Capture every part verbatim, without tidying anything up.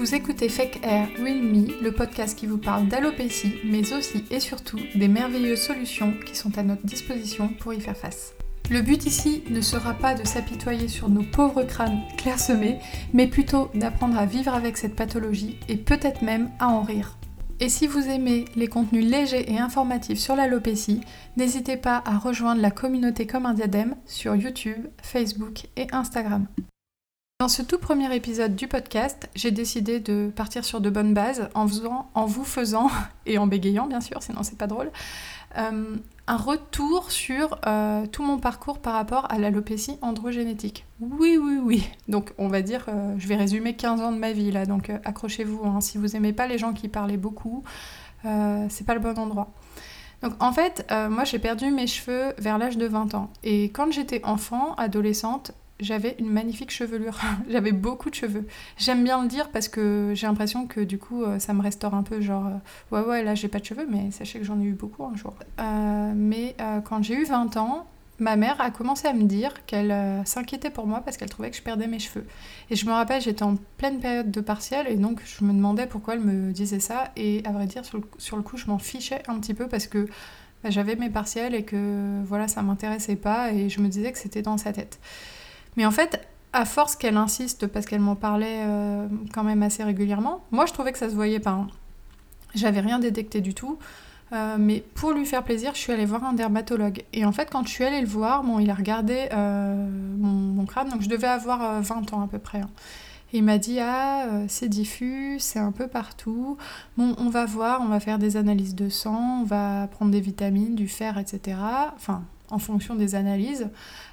Vous écoutez Fake Hair Real Me, le podcast qui vous parle d'alopécie, mais aussi et surtout des merveilleuses solutions qui sont à notre disposition pour y faire face. Le but ici ne sera pas de s'apitoyer sur nos pauvres crânes clairsemés, mais plutôt d'apprendre à vivre avec cette pathologie et peut-être même à en rire. Et si vous aimez les contenus légers et informatifs sur l'alopécie, n'hésitez pas à rejoindre la communauté Comme un diadème sur YouTube, Facebook et Instagram. Dans ce tout premier épisode du podcast, j'ai décidé de partir sur de bonnes bases en, faisant, en vous faisant, et en bégayant bien sûr, sinon c'est pas drôle, euh, un retour sur euh, tout mon parcours par rapport à l'alopécie androgénétique. Oui, oui, oui. Donc on va dire, euh, je vais résumer quinze ans de ma vie là, donc euh, accrochez-vous, hein, si vous aimez pas les gens qui parlaient beaucoup, euh, c'est pas le bon endroit. Donc en fait, euh, moi j'ai perdu mes cheveux vers l'âge de vingt ans. Et quand j'étais enfant, adolescente, j'avais une magnifique chevelure. J'avais beaucoup de cheveux. J'aime bien le dire parce que j'ai l'impression que du coup, ça me restaure un peu, genre, euh, ouais, ouais, là, j'ai pas de cheveux, mais sachez que j'en ai eu beaucoup un jour. Euh, mais euh, quand j'ai eu vingt ans, ma mère a commencé à me dire qu'elle euh, s'inquiétait pour moi parce qu'elle trouvait que je perdais mes cheveux. Et je me rappelle, j'étais en pleine période de partiel et donc je me demandais pourquoi elle me disait ça. Et à vrai dire, sur le, sur le coup, je m'en fichais un petit peu parce que bah, j'avais mes partiels et que voilà, ça m'intéressait pas et je me disais que c'était dans sa tête. Mais en fait, à force qu'elle insiste, parce qu'elle m'en parlait euh, quand même assez régulièrement, moi je trouvais que ça se voyait pas. Hein. J'avais rien détecté du tout, euh, mais pour lui faire plaisir, je suis allée voir un dermatologue. Et en fait, quand je suis allée le voir, bon, il a regardé euh, mon, mon crâne, donc je devais avoir euh, vingt ans à peu près. Hein. Et il m'a dit « Ah, euh, c'est diffus, c'est un peu partout. Bon, on va voir, on va faire des analyses de sang, on va prendre des vitamines, du fer, et cetera. Enfin, en fonction des analyses.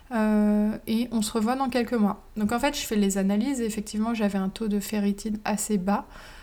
Euh, et on se revoit dans quelques mois. » Donc en fait, je fais les analyses et effectivement, j'avais un taux de ferritine assez bas.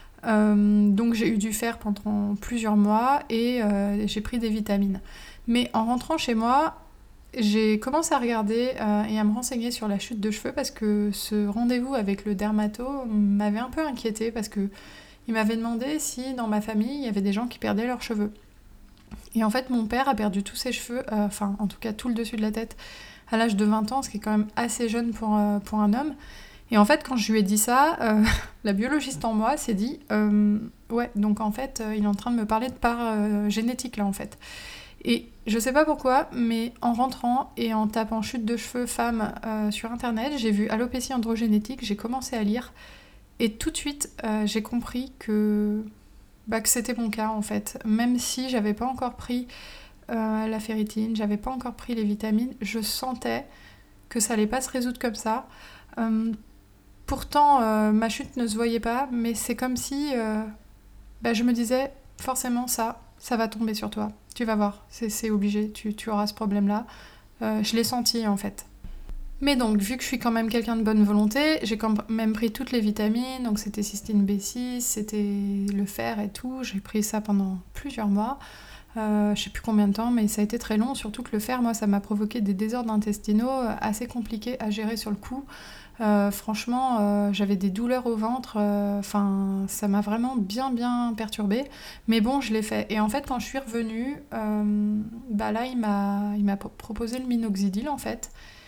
Euh, donc j'ai eu du fer pendant plusieurs mois et euh, j'ai pris des vitamines. Mais en rentrant chez moi, j'ai commencé à regarder euh, et à me renseigner sur la chute de cheveux parce que ce rendez-vous avec le dermato m'avait un peu inquiétée parce que il m'avait demandé si dans ma famille, il y avait des gens qui perdaient leurs cheveux. Et en fait, mon père a perdu tous ses cheveux, euh, enfin en tout cas tout le dessus de la tête, à l'âge de vingt ans, ce qui est quand même assez jeune pour, euh, pour un homme. Et en fait, quand je lui ai dit ça, euh, la biologiste en moi s'est dit euh, « Ouais, donc en fait, euh, il est en train de me parler de part euh, génétique, là, en fait. » Et je sais pas pourquoi, mais en rentrant et en tapant chute de cheveux femme euh, sur Internet, j'ai vu alopécie androgénétique, j'ai commencé à lire, et tout de suite, euh, j'ai compris que, bah, que c'était mon cas, en fait. Même si j'avais pas encore pris Euh, la ferritine, j'avais pas encore pris les vitamines, je sentais que ça allait pas se résoudre comme ça. Euh, pourtant, euh, ma chute ne se voyait pas, mais c'est comme si euh, bah, je me disais forcément ça, ça va tomber sur toi. Tu vas voir, c'est, c'est obligé, tu, tu auras ce problème-là. Euh, je l'ai senti en fait. Mais donc, vu que je suis quand même quelqu'un de bonne volonté, j'ai quand même pris toutes les vitamines, donc c'était cystine B six, c'était le fer et tout, j'ai pris ça pendant plusieurs mois. Euh, je sais plus combien de temps, mais ça a été très long, surtout que le fer, moi, ça m'a provoqué des désordres intestinaux assez compliqués à gérer sur le coup. Euh, franchement, euh, j'avais des douleurs au ventre, enfin, euh, ça m'a vraiment bien, bien perturbée. Mais bon, je l'ai fait. Et en fait, quand je suis revenue, euh, bah là, il m'a, il m'a proposé le minoxidil, en fait.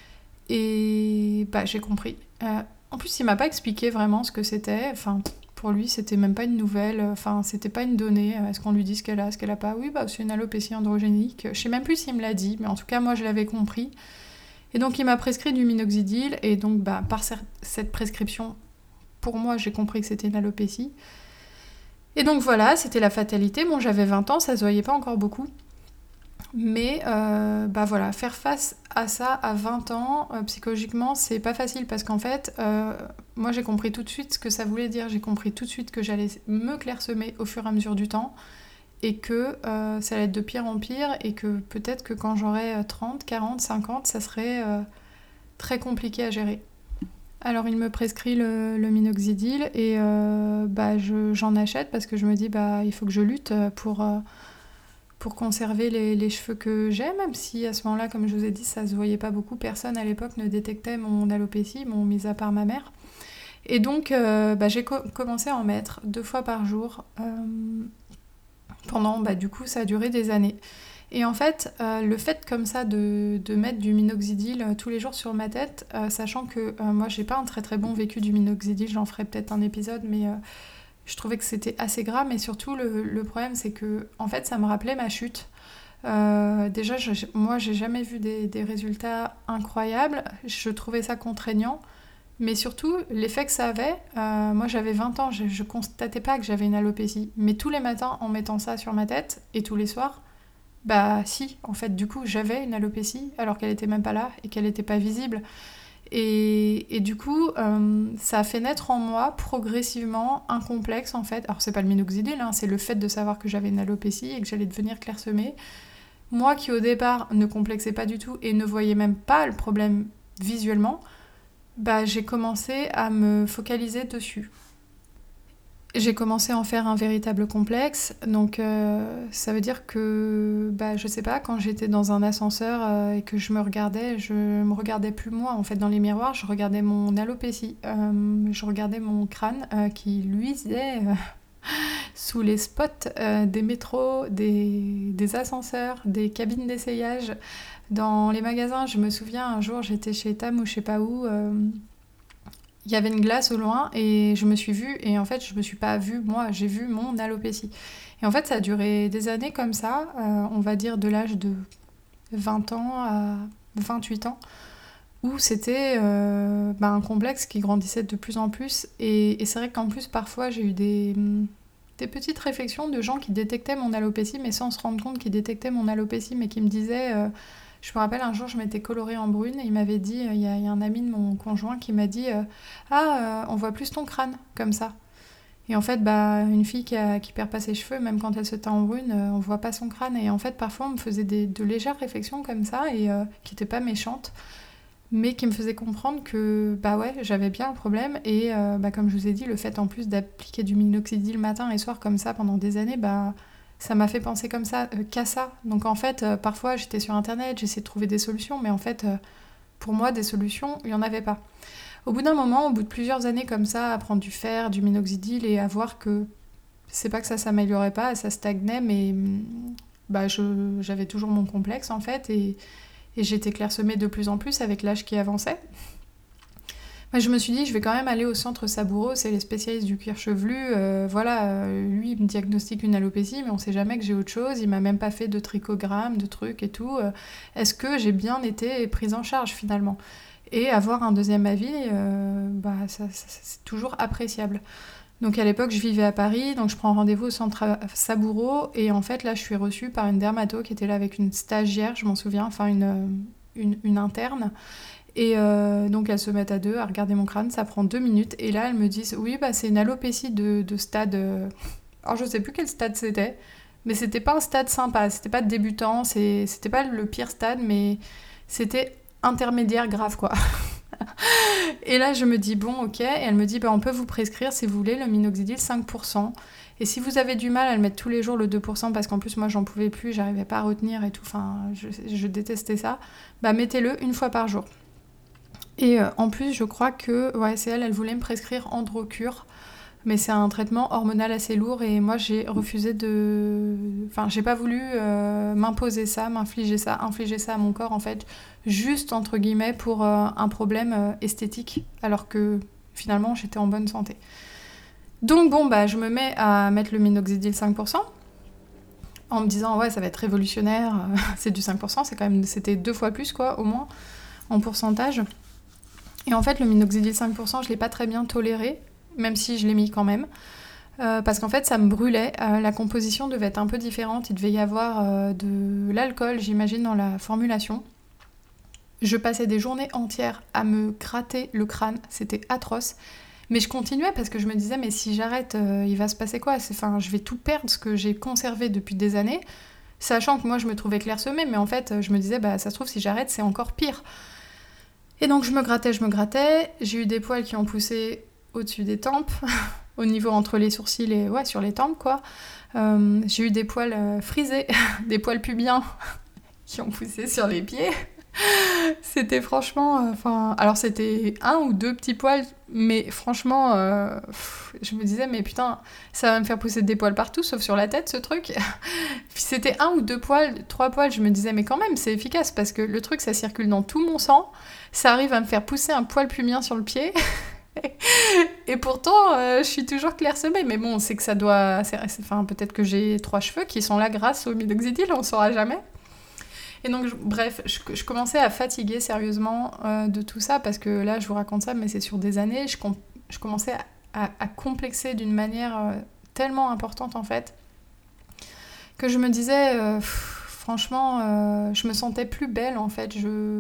Et bah, j'ai compris. Euh, en plus, il m'a pas expliqué vraiment ce que c'était, enfin... Pour lui, c'était même pas une nouvelle, enfin, c'était pas une donnée. Est-ce qu'on lui dit ce qu'elle a, ce qu'elle a pas ? Oui, bah, c'est une alopécie androgénique. Je sais même plus s'il me l'a dit, mais en tout cas, moi, je l'avais compris. Et donc, il m'a prescrit du minoxidil, et donc, bah, par cette prescription, pour moi, j'ai compris que c'était une alopécie. Et donc, voilà, c'était la fatalité. Bon, j'avais vingt ans, ça se voyait pas encore beaucoup. Mais euh, bah voilà, faire face à ça à vingt ans, euh, psychologiquement, c'est pas facile parce qu'en fait, euh, moi j'ai compris tout de suite ce que ça voulait dire. J'ai compris tout de suite que j'allais me clairsemer au fur et à mesure du temps et que euh, ça allait être de pire en pire et que peut-être que quand j'aurais trente, quarante, cinquante, ça serait euh, très compliqué à gérer. Alors il me prescrit le, le minoxidil et euh, bah, je, j'en achète parce que je me dis bah il faut que je lutte pour... Euh, pour conserver les, les cheveux que j'ai, même si à ce moment-là, comme je vous ai dit, ça se voyait pas beaucoup. Personne à l'époque ne détectait mon alopécie, bon, mis à part ma mère. Et donc, euh, bah, j'ai co- commencé à en mettre deux fois par jour. Euh, pendant, bah, du coup, ça a duré des années. Et en fait, euh, le fait comme ça de, de mettre du minoxidil euh, tous les jours sur ma tête, euh, sachant que euh, moi, j'ai pas un très très bon vécu du minoxidil, j'en ferai peut-être un épisode, mais... Euh, je trouvais que c'était assez gras, mais surtout le, le problème c'est que en fait ça me rappelait ma chute. Euh, déjà, je, moi j'ai jamais vu des, des résultats incroyables, je trouvais ça contraignant, mais surtout l'effet que ça avait, euh, moi j'avais vingt ans, je, je constatais pas que j'avais une alopécie, mais tous les matins en mettant ça sur ma tête et tous les soirs, bah si, en fait du coup j'avais une alopécie alors qu'elle était même pas là et qu'elle était pas visible. Et, et du coup, euh, ça a fait naître en moi progressivement un complexe en fait. Alors c'est pas le minoxidil, hein, c'est le fait de savoir que j'avais une alopécie et que j'allais devenir clairsemée. Moi qui au départ ne complexais pas du tout et ne voyais même pas le problème visuellement, bah, j'ai commencé à me focaliser dessus. J'ai commencé à en faire un véritable complexe, donc euh, ça veut dire que, bah, je sais pas, quand j'étais dans un ascenseur euh, et que je me regardais, je me regardais plus moi, en fait, dans les miroirs, je regardais mon alopécie, euh, je regardais mon crâne euh, qui luisait euh, sous les spots euh, des métros, des, des ascenseurs, des cabines d'essayage, dans les magasins. Je me souviens, un jour, j'étais chez Tam ou je sais pas où... Euh, il y avait une glace au loin et je me suis vue et en fait je me suis pas vue moi, j'ai vu mon alopécie. Et en fait ça a duré des années comme ça, euh, on va dire de l'âge de vingt ans à vingt-huit ans, où c'était euh, bah, un complexe qui grandissait de plus en plus et, et c'est vrai qu'en plus parfois j'ai eu des, des petites réflexions de gens qui détectaient mon alopécie mais sans se rendre compte qu'ils détectaient mon alopécie mais qui me disaient... Euh, Je me rappelle un jour, je m'étais colorée en brune et il m'avait dit, il y, y a un ami de mon conjoint qui m'a dit euh, Ah, euh, on voit plus ton crâne, comme ça. Et en fait, bah, une fille qui, a, qui perd pas ses cheveux, même quand elle se teint en brune, euh, on voit pas son crâne. Et en fait, parfois, on me faisait des, de légères réflexions comme ça, et euh, qui étaient pas méchantes, mais qui me faisaient comprendre que, bah ouais, j'avais bien le problème. Et euh, bah, comme je vous ai dit, le fait en plus d'appliquer du minoxidil matin et soir comme ça pendant des années, bah... ça m'a fait penser comme ça, euh, qu'à ça. Donc en fait, euh, parfois j'étais sur internet, j'essayais de trouver des solutions, mais en fait, euh, pour moi, des solutions, il n'y en avait pas. Au bout d'un moment, au bout de plusieurs années comme ça, à prendre du fer, du minoxidil et à voir que c'est pas que ça s'améliorait pas, ça stagnait, mais bah, je, j'avais toujours mon complexe en fait, et, et j'étais clairsemée de plus en plus avec l'âge qui avançait. Moi, je me suis dit, je vais quand même aller au centre Saburo, c'est les spécialistes du cuir chevelu. Euh, voilà, euh, lui, il me diagnostique une alopécie, mais on sait jamais que j'ai autre chose. Il m'a même pas fait de trichogramme, de trucs et tout. Euh, est-ce que j'ai bien été prise en charge finalement ? Et avoir un deuxième avis, euh, bah, ça, ça, c'est toujours appréciable. Donc à l'époque, je vivais à Paris, donc je prends rendez-vous au centre Saburo, et en fait, là, je suis reçue par une dermato qui était là avec une stagiaire, je m'en souviens, enfin une, une, une interne. Et euh, donc elles se mettent à deux à regarder mon crâne, ça prend deux minutes, et là elles me disent oui bah c'est une alopécie de, de stade, euh... alors je sais plus quel stade c'était, mais c'était pas un stade sympa, c'était pas débutant, c'est... c'était pas le pire stade, mais c'était intermédiaire grave quoi. Et là je me dis bon ok, et elle me dit bah on peut vous prescrire si vous voulez le minoxidil cinq pour cent, et si vous avez du mal à le mettre tous les jours le deux pour cent, parce qu'en plus moi j'en pouvais plus, j'arrivais pas à retenir et tout, enfin je, je détestais ça, bah mettez-le une fois par jour. Et euh, en plus, je crois que, ouais, c'est elle, elle voulait me prescrire Androcure, mais c'est un traitement hormonal assez lourd et moi j'ai refusé de... Enfin, j'ai pas voulu euh, m'imposer ça, m'infliger ça, infliger ça à mon corps en fait, juste entre guillemets pour euh, un problème euh, esthétique, alors que finalement j'étais en bonne santé. Donc bon, bah je me mets à mettre le minoxidil cinq pour cent, en me disant ouais ça va être révolutionnaire, c'est du cinq pour cent, c'est quand même, c'était deux fois plus quoi, au moins, en pourcentage. Et en fait, le minoxidil cinq pour cent, je ne l'ai pas très bien toléré, même si je l'ai mis quand même, euh, parce qu'en fait, ça me brûlait. Euh, la composition devait être un peu différente. Il devait y avoir euh, de l'alcool, j'imagine, dans la formulation. Je passais des journées entières à me gratter le crâne. C'était atroce. Mais je continuais parce que je me disais, mais si j'arrête, euh, il va se passer quoi ? C'est, enfin, je vais tout perdre, ce que j'ai conservé depuis des années, sachant que moi, je me trouvais clairsemée. Mais en fait, je me disais, bah, ça se trouve, si j'arrête, c'est encore pire. Et donc je me grattais, je me grattais, j'ai eu des poils qui ont poussé au-dessus des tempes, au niveau entre les sourcils et ouais, sur les tempes quoi. Euh, j'ai eu des poils euh, frisés, des poils pubiens qui ont poussé sur les pieds. C'était franchement, enfin, euh, alors c'était un ou deux petits poils, mais franchement, euh, pff, je me disais mais putain, ça va me faire pousser des poils partout, sauf sur la tête ce truc. Puis c'était un ou deux poils, trois poils, je me disais mais quand même c'est efficace parce que le truc ça circule dans tout mon sang, ça arrive à me faire pousser un poil pubien sur le pied. Et pourtant, euh, je suis toujours clairsemée. Mais bon, c'est que ça doit... c'est- c'est- Enfin, peut-être que j'ai trois cheveux qui sont là grâce au minoxidil, on saura jamais. Et donc, je- bref, je, je commençais à fatiguer sérieusement euh, de tout ça, parce que là, je vous raconte ça, mais c'est sur des années. Je, com- je commençais à, à- à complexer d'une manière euh, tellement importante, en fait, que je me disais, euh, pff, franchement, euh, je me sentais plus belle, en fait. Je,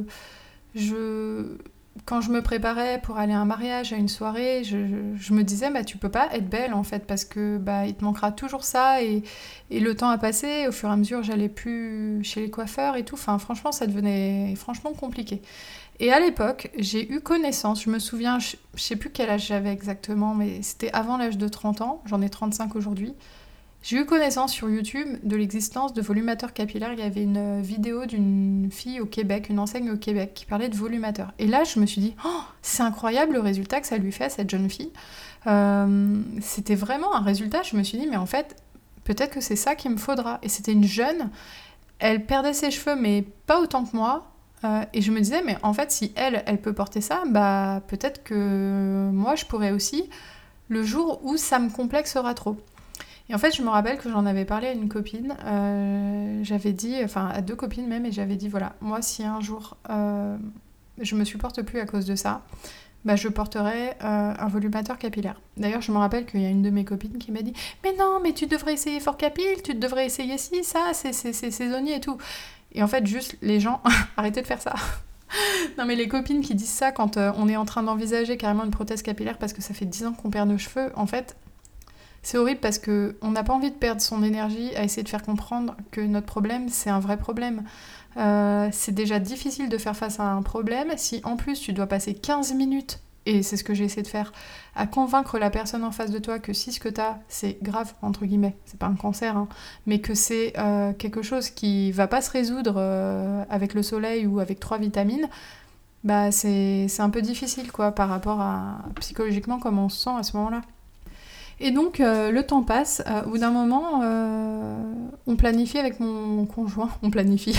je, quand je me préparais pour aller à un mariage, à une soirée, je, je- je me disais, bah, tu peux pas être belle, en fait, parce que bah, il te manquera toujours ça. Et, et le temps a passé, au fur et à mesure, j'allais plus chez les coiffeurs et tout. Enfin, franchement, ça devenait franchement compliqué. Et à l'époque, j'ai eu connaissance, je me souviens, je, je sais plus quel âge j'avais exactement, mais c'était avant l'âge de trente ans, j'en ai trente-cinq aujourd'hui. J'ai eu connaissance sur YouTube de l'existence de volumateurs capillaires. Il y avait une vidéo d'une fille au Québec, une enseigne au Québec, qui parlait de volumateurs. Et là, je me suis dit, oh, c'est incroyable le résultat que ça lui fait à cette jeune fille. Euh, c'était vraiment un résultat. Je me suis dit, mais en fait, peut-être que c'est ça qu'il me faudra. Et c'était une jeune, elle perdait ses cheveux, mais pas autant que moi. Euh, et je me disais, mais en fait, si elle, elle peut porter ça, bah peut-être que moi, je pourrais aussi, le jour où ça me complexera trop. Et en fait, je me rappelle que j'en avais parlé à une copine, euh, j'avais dit, enfin à deux copines même, et j'avais dit, voilà, moi si un jour euh, je me supporte plus à cause de ça, bah, je porterai euh, un volumateur capillaire. D'ailleurs, je me rappelle qu'il y a une de mes copines qui m'a dit, mais non, mais tu devrais essayer Fort Capil, tu devrais essayer ci, ça, c'est, c'est, c'est saisonnier et tout. Et en fait, juste les gens, arrêtez de faire ça. Non mais les copines qui disent ça quand euh, on est en train d'envisager carrément une prothèse capillaire parce que ça fait dix ans qu'on perd nos cheveux, en fait, c'est horrible parce qu'on n'a pas envie de perdre son énergie à essayer de faire comprendre que notre problème, c'est un vrai problème. Euh, c'est déjà difficile de faire face à un problème. Si en plus tu dois passer quinze minutes, et c'est ce que j'ai essayé de faire, à convaincre la personne en face de toi que si ce que t'as, c'est grave, entre guillemets, c'est pas un cancer, hein, mais que c'est euh, quelque chose qui va pas se résoudre euh, avec le soleil ou avec trois vitamines, bah c'est, c'est un peu difficile quoi par rapport à psychologiquement comment on se sent à ce moment-là. Et donc, euh, le temps passe. Euh, au bout d'un moment, euh, on planifie avec mon conjoint. On planifie.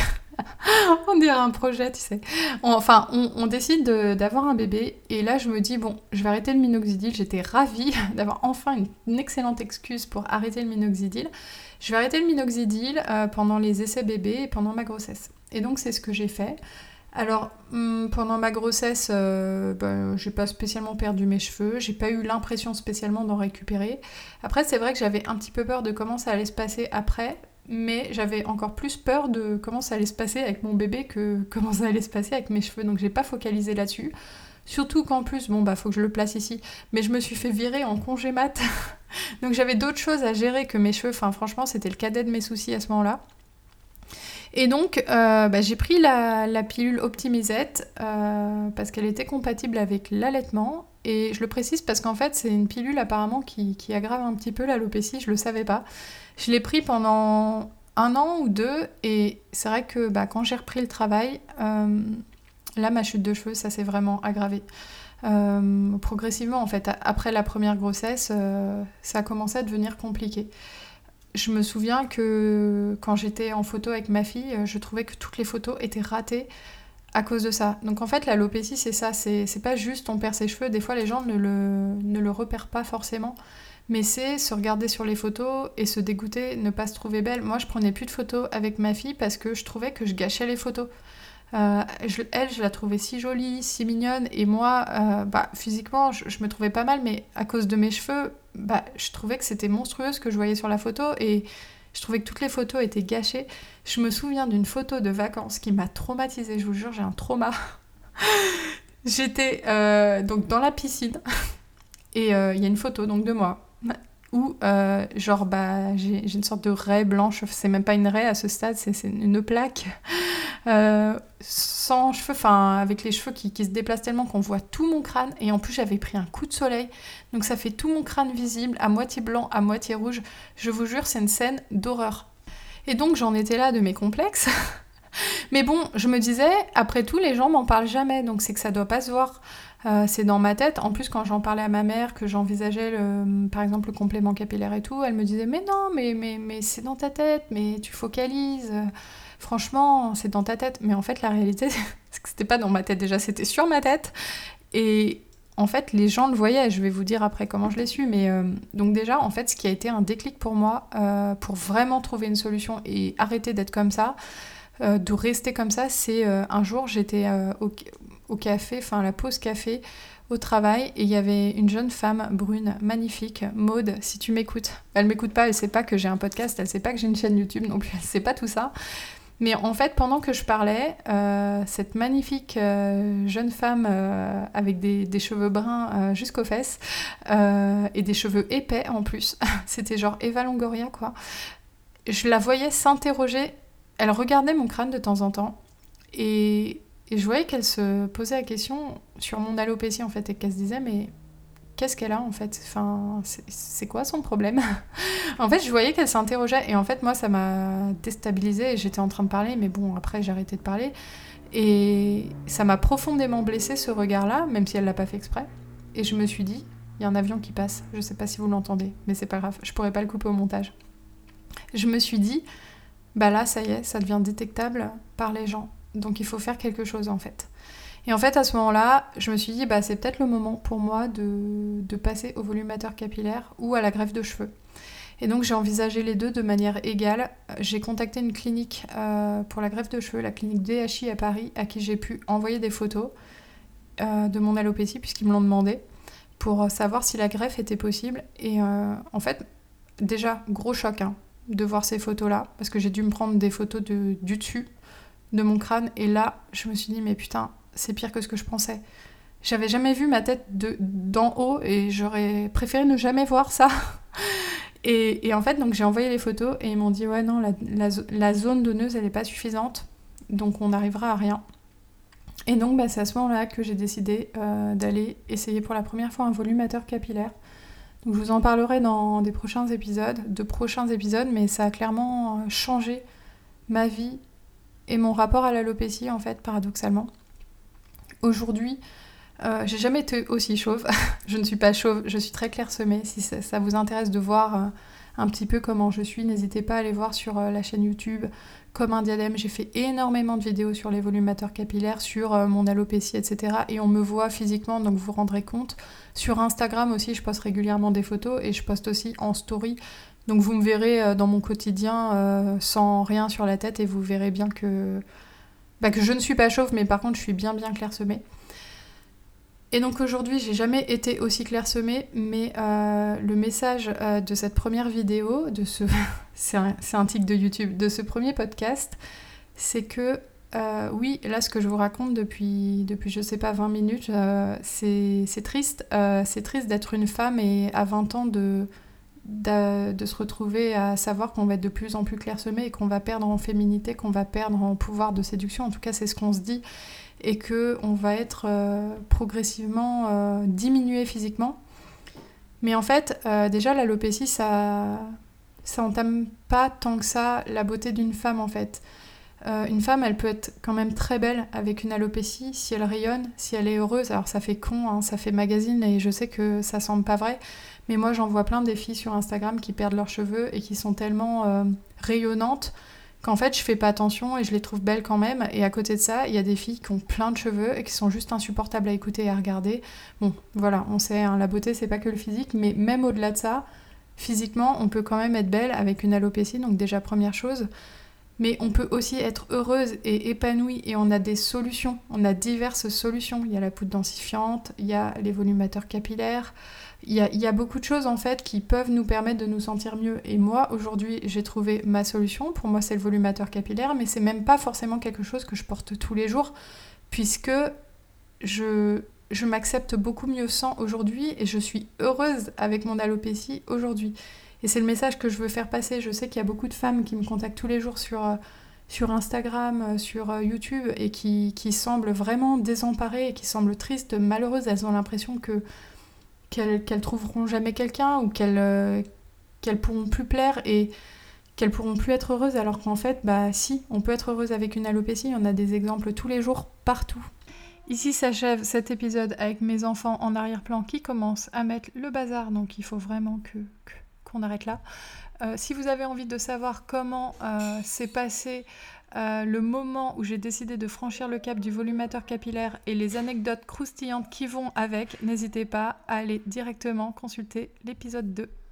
On dirait un projet, tu sais. On- enfin, on, on décide de- d'avoir un bébé. Et là, je me dis, bon, je vais arrêter le minoxidil. J'étais ravie d'avoir enfin une, une excellente excuse pour arrêter le minoxidil. Je vais arrêter le minoxidil euh, pendant les essais bébés et pendant ma grossesse. Et donc, c'est ce que j'ai fait. Alors, hum, pendant ma grossesse, euh, bah, j'ai pas spécialement perdu mes cheveux, j'ai pas eu l'impression spécialement d'en récupérer. Après, c'est vrai que j'avais un petit peu peur de comment ça allait se passer après, mais j'avais encore plus peur de comment ça allait se passer avec mon bébé que comment ça allait se passer avec mes cheveux, donc j'ai pas focalisé là-dessus. Surtout qu'en plus, bon bah faut que je le place ici, mais je me suis fait virer en congé mat, donc j'avais d'autres choses à gérer que mes cheveux, enfin franchement c'était le cadet de mes soucis à ce moment-là. Et donc, euh, bah, j'ai pris la, la pilule Optimisette euh, parce qu'elle était compatible avec l'allaitement. Et je le précise parce qu'en fait, c'est une pilule apparemment qui, qui aggrave un petit peu l'alopécie, je le savais pas. Je l'ai pris pendant un an ou deux et c'est vrai que bah, quand j'ai repris le travail, euh, là, ma chute de cheveux, ça s'est vraiment aggravé. Euh, progressivement, en fait, après la première grossesse, euh, ça a commencé à devenir compliqué. Je me souviens que quand j'étais en photo avec ma fille, je trouvais que toutes les photos étaient ratées à cause de ça. Donc en fait, l'alopécie, c'est ça. C'est, c'est pas juste on perd ses cheveux. Des fois, les gens ne le, ne le repèrent pas forcément. Mais c'est se regarder sur les photos et se dégoûter, ne pas se trouver belle. Moi, je prenais plus de photos avec ma fille parce que je trouvais que je gâchais les photos. Euh, je, elle, je la trouvais si jolie, si mignonne, et moi, euh, bah, physiquement, je, je me trouvais pas mal, mais à cause de mes cheveux, bah, je trouvais que c'était monstrueux ce que je voyais sur la photo, et je trouvais que toutes les photos étaient gâchées. Je me souviens d'une photo de vacances qui m'a traumatisée, je vous jure, j'ai un trauma. J'étais euh, donc dans la piscine, et il euh, y a une photo donc de moi, où euh, genre bah, j'ai, j'ai une sorte de raie blanche, c'est même pas une raie à ce stade, c'est, c'est une plaque. Euh, sans cheveux, enfin avec les cheveux qui, qui se déplacent tellement qu'on voit tout mon crâne, et en plus j'avais pris un coup de soleil, donc ça fait tout mon crâne visible, à moitié blanc, à moitié rouge. Je vous jure, c'est une scène d'horreur. Et donc j'en étais là de mes complexes. Mais bon, je me disais, après tout, les gens m'en parlent jamais, donc c'est que ça doit pas se voir. Euh, c'est dans ma tête. En plus, quand j'en parlais à ma mère, que j'envisageais, le, par exemple, le complément capillaire et tout, elle me disait, mais non, mais, mais, mais c'est dans ta tête, mais tu focalises. Franchement, c'est dans ta tête. Mais en fait, la réalité, c'est que c'était pas dans ma tête déjà, c'était sur ma tête. Et en fait, les gens le voyaient. Je vais vous dire après comment je l'ai su. Mais euh, donc déjà, en fait, ce qui a été un déclic pour moi, euh, pour vraiment trouver une solution et arrêter d'être comme ça, euh, de rester comme ça, c'est euh, un jour, j'étais euh, au, au café, enfin la pause café, au travail, et il y avait une jeune femme brune, magnifique, Maude, si tu m'écoutes. Elle m'écoute pas, elle sait pas que j'ai un podcast, elle sait pas que j'ai une chaîne YouTube non plus, elle sait pas tout ça. Mais en fait, pendant que je parlais, euh, cette magnifique euh, jeune femme euh, avec des, des cheveux bruns euh, jusqu'aux fesses euh, et des cheveux épais en plus, c'était genre Eva Longoria quoi, je la voyais s'interroger, elle regardait mon crâne de temps en temps et, et je voyais qu'elle se posait la question sur mon alopécie en fait et qu'elle se disait mais qu'est-ce qu'elle a en fait, enfin, c'est, c'est quoi son problème? En fait, je voyais qu'elle s'interrogeait et en fait, moi, ça m'a déstabilisée et j'étais en train de parler, mais bon, après, j'ai arrêté de parler. Et ça m'a profondément blessée, ce regard-là, même si elle l'a pas fait exprès. Et je me suis dit, il y a un avion qui passe, je sais pas si vous l'entendez, mais c'est pas grave, je pourrais pas le couper au montage. Je me suis dit, bah là, ça y est, ça devient détectable par les gens. Donc il faut faire quelque chose, en fait. Et en fait, à ce moment-là, je me suis dit, bah, c'est peut-être le moment pour moi de, de passer au volumateur capillaire ou à la greffe de cheveux. Et donc, j'ai envisagé les deux de manière égale. J'ai contacté une clinique euh, pour la greffe de cheveux, la clinique D H I à Paris, à qui j'ai pu envoyer des photos euh, de mon alopécie, puisqu'ils me l'ont demandé, pour savoir si la greffe était possible. Et euh, en fait, déjà, gros choc hein, de voir ces photos-là, parce que j'ai dû me prendre des photos de, du dessus de mon crâne. Et là, je me suis dit, mais putain, c'est pire que ce que je pensais. J'avais jamais vu ma tête de, d'en haut et j'aurais préféré ne jamais voir ça. et, et en fait, donc j'ai envoyé les photos et ils m'ont dit ouais non, la, la, la zone donneuse elle est pas suffisante, donc on n'arrivera à rien. Et donc bah, c'est à ce moment-là que j'ai décidé euh, d'aller essayer pour la première fois un volumateur capillaire. Donc je vous en parlerai dans des prochains épisodes, de prochains épisodes, mais ça a clairement changé ma vie et mon rapport à l'alopécie en fait, paradoxalement. Aujourd'hui, euh, j'ai jamais été aussi chauve. Je ne suis pas chauve, je suis très clairsemée. Si ça, ça vous intéresse de voir euh, un petit peu comment je suis, n'hésitez pas à aller voir sur euh, la chaîne YouTube Comme un diadème. J'ai fait énormément de vidéos sur les volumateurs capillaires, sur euh, mon alopécie, et cetera. Et on me voit physiquement, donc vous vous rendrez compte. Sur Instagram aussi, je poste régulièrement des photos et je poste aussi en story. Donc vous me verrez euh, dans mon quotidien euh, sans rien sur la tête et vous verrez bien que... Bah, que je ne suis pas chauve, mais par contre, je suis bien bien clairsemée. Et donc aujourd'hui, j'ai jamais été aussi clairsemée, mais euh, le message euh, de cette première vidéo, de ce, c'est, un, c'est un tic de YouTube, de ce premier podcast, c'est que euh, oui, là, ce que je vous raconte depuis, depuis je sais pas, vingt minutes, euh, c'est, c'est triste. Euh, c'est triste d'être une femme et à vingt ans de... De, de se retrouver à savoir qu'on va être de plus en plus clairsemé et qu'on va perdre en féminité, qu'on va perdre en pouvoir de séduction, en tout cas c'est ce qu'on se dit, et qu'on va être euh, progressivement euh, diminué physiquement. Mais en fait, euh, déjà l'alopécie, ça, ça entame pas tant que ça la beauté d'une femme en fait. Euh, une femme, elle peut être quand même très belle avec une alopécie si elle rayonne, si elle est heureuse. Alors ça fait con, hein, ça fait magazine et je sais que ça semble pas vrai, mais moi j'en vois plein des filles sur Instagram qui perdent leurs cheveux et qui sont tellement euh, rayonnantes qu'en fait je fais pas attention et je les trouve belles quand même. Et à côté de ça, il y a des filles qui ont plein de cheveux et qui sont juste insupportables à écouter et à regarder. Bon, voilà, on sait, hein, la beauté c'est pas que le physique, mais même au-delà de ça, physiquement on peut quand même être belle avec une alopécie, donc déjà première chose. Mais on peut aussi être heureuse et épanouie et on a des solutions, on a diverses solutions. Il y a la poudre densifiante, il y a les volumateurs capillaires, il y a, il y a beaucoup de choses en fait qui peuvent nous permettre de nous sentir mieux. Et moi, aujourd'hui, j'ai trouvé ma solution. Pour moi, c'est le volumateur capillaire, mais c'est même pas forcément quelque chose que je porte tous les jours, puisque je, je m'accepte beaucoup mieux sans aujourd'hui et je suis heureuse avec mon alopécie aujourd'hui. Et c'est le message que je veux faire passer. Je sais qu'il y a beaucoup de femmes qui me contactent tous les jours sur, euh, sur Instagram, euh, sur euh, YouTube, et qui, qui semblent vraiment désemparées et qui semblent tristes, malheureuses. Elles ont l'impression que, qu'elles, qu'elles trouveront jamais quelqu'un ou qu'elles, euh, qu'elles pourront plus plaire et qu'elles pourront plus être heureuses, alors qu'en fait, bah si, on peut être heureuse avec une alopécie. Il y en a des exemples tous les jours, partout. Ici s'achève cet épisode avec mes enfants en arrière-plan qui commencent à mettre le bazar, donc il faut vraiment que... que qu'on arrête là. Euh, si vous avez envie de savoir comment euh, s'est passé euh, le moment où j'ai décidé de franchir le cap du volumateur capillaire et les anecdotes croustillantes qui vont avec, n'hésitez pas à aller directement consulter l'épisode deux.